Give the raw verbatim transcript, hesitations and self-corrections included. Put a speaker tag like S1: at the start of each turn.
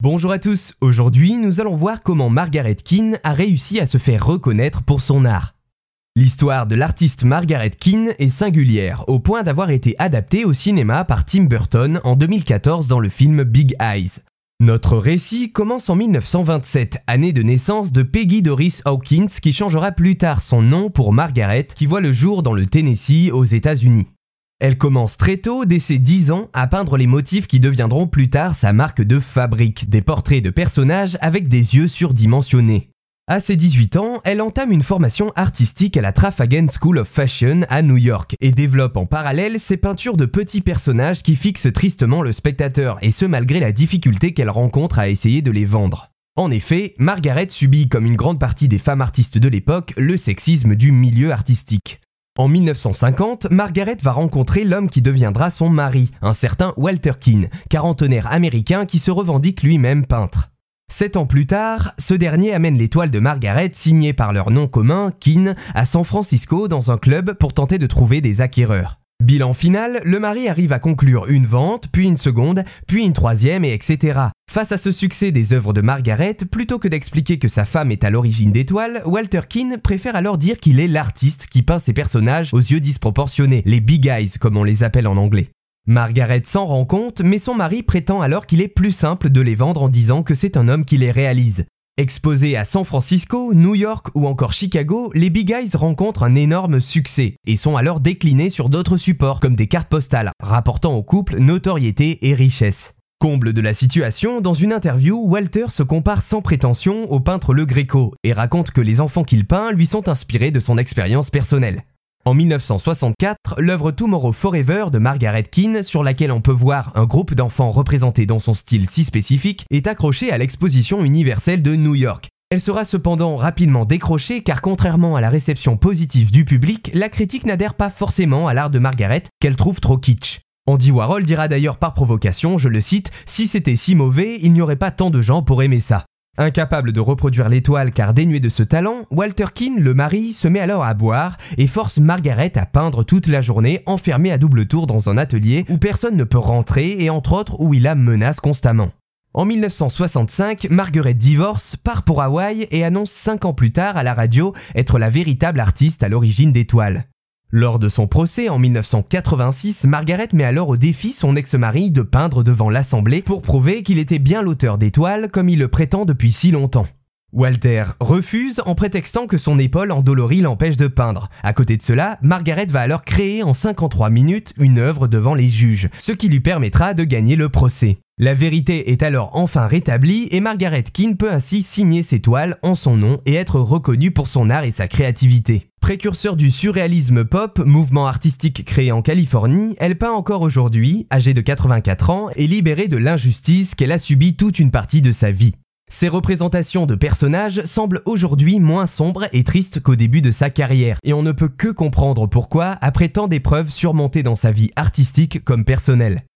S1: Bonjour à tous, aujourd'hui nous allons voir comment Margaret Keane a réussi à se faire reconnaître pour son art. L'histoire de l'artiste Margaret Keane est singulière, au point d'avoir été adaptée au cinéma par Tim Burton en deux mille quatorze dans le film Big Eyes. Notre récit commence en mille neuf cent vingt-sept, année de naissance de Peggy Doris Hawkins qui changera plus tard son nom pour Margaret, qui voit le jour dans le Tennessee aux États-Unis. Elle commence très tôt, dès ses dix ans, à peindre les motifs qui deviendront plus tard sa marque de fabrique, des portraits de personnages avec des yeux surdimensionnés. À ses dix-huit ans, elle entame une formation artistique à la Traphagen School of Fashion à New York et développe en parallèle ses peintures de petits personnages qui fixent tristement le spectateur, et ce malgré la difficulté qu'elle rencontre à essayer de les vendre. En effet, Margaret subit, comme une grande partie des femmes artistes de l'époque, le sexisme du milieu artistique. En mille neuf cent cinquante, Margaret va rencontrer l'homme qui deviendra son mari, un certain Walter Keane, quarantenaire américain qui se revendique lui-même peintre. Sept ans plus tard, ce dernier amène les toiles de Margaret signées par leur nom commun, Keane, à San Francisco dans un club pour tenter de trouver des acquéreurs. Bilan final, le mari arrive à conclure une vente, puis une seconde, puis une troisième, et et cetera. Face à ce succès des œuvres de Margaret, plutôt que d'expliquer que sa femme est à l'origine des toiles, Walter Keane préfère alors dire qu'il est l'artiste qui peint ses personnages aux yeux disproportionnés, les big eyes comme on les appelle en anglais. Margaret s'en rend compte, mais son mari prétend alors qu'il est plus simple de les vendre en disant que c'est un homme qui les réalise. Exposés à San Francisco, New York ou encore Chicago, les Big Eyes rencontrent un énorme succès et sont alors déclinés sur d'autres supports comme des cartes postales, rapportant au couple notoriété et richesse. Comble de la situation, dans une interview, Walter se compare sans prétention au peintre Le Greco et raconte que les enfants qu'il peint lui sont inspirés de son expérience personnelle. En mille neuf cent soixante-quatre, l'œuvre Tomorrow Forever de Margaret Keane, sur laquelle on peut voir un groupe d'enfants représentés dans son style si spécifique, est accrochée à l'exposition universelle de New York. Elle sera cependant rapidement décrochée car contrairement à la réception positive du public, la critique n'adhère pas forcément à l'art de Margaret qu'elle trouve trop kitsch. Andy Warhol dira d'ailleurs par provocation, je le cite, « Si c'était si mauvais, il n'y aurait pas tant de gens pour aimer ça ». Incapable de reproduire l'étoile car dénué de ce talent, Walter Keane, le mari, se met alors à boire et force Margaret à peindre toute la journée, enfermée à double tour dans un atelier où personne ne peut rentrer et entre autres où il la menace constamment. En mille neuf cent soixante-cinq, Margaret divorce, part pour Hawaï et annonce cinq ans plus tard à la radio être la véritable artiste à l'origine des toiles. Lors de son procès en mille neuf cent quatre-vingt-six, Margaret met alors au défi son ex-mari de peindre devant l'Assemblée pour prouver qu'il était bien l'auteur des toiles comme il le prétend depuis si longtemps. Walter refuse en prétextant que son épaule endolorie l'empêche de peindre. À côté de cela, Margaret va alors créer en cinquante-trois minutes une œuvre devant les juges, ce qui lui permettra de gagner le procès. La vérité est alors enfin rétablie et Margaret Keane peut ainsi signer ses toiles en son nom et être reconnue pour son art et sa créativité. Précurseur du surréalisme pop, mouvement artistique créé en Californie, elle peint encore aujourd'hui, âgée de quatre-vingt-quatre ans et libérée de l'injustice qu'elle a subie toute une partie de sa vie. Ses représentations de personnages semblent aujourd'hui moins sombres et tristes qu'au début de sa carrière, et on ne peut que comprendre pourquoi après tant d'épreuves surmontées dans sa vie artistique comme personnelle.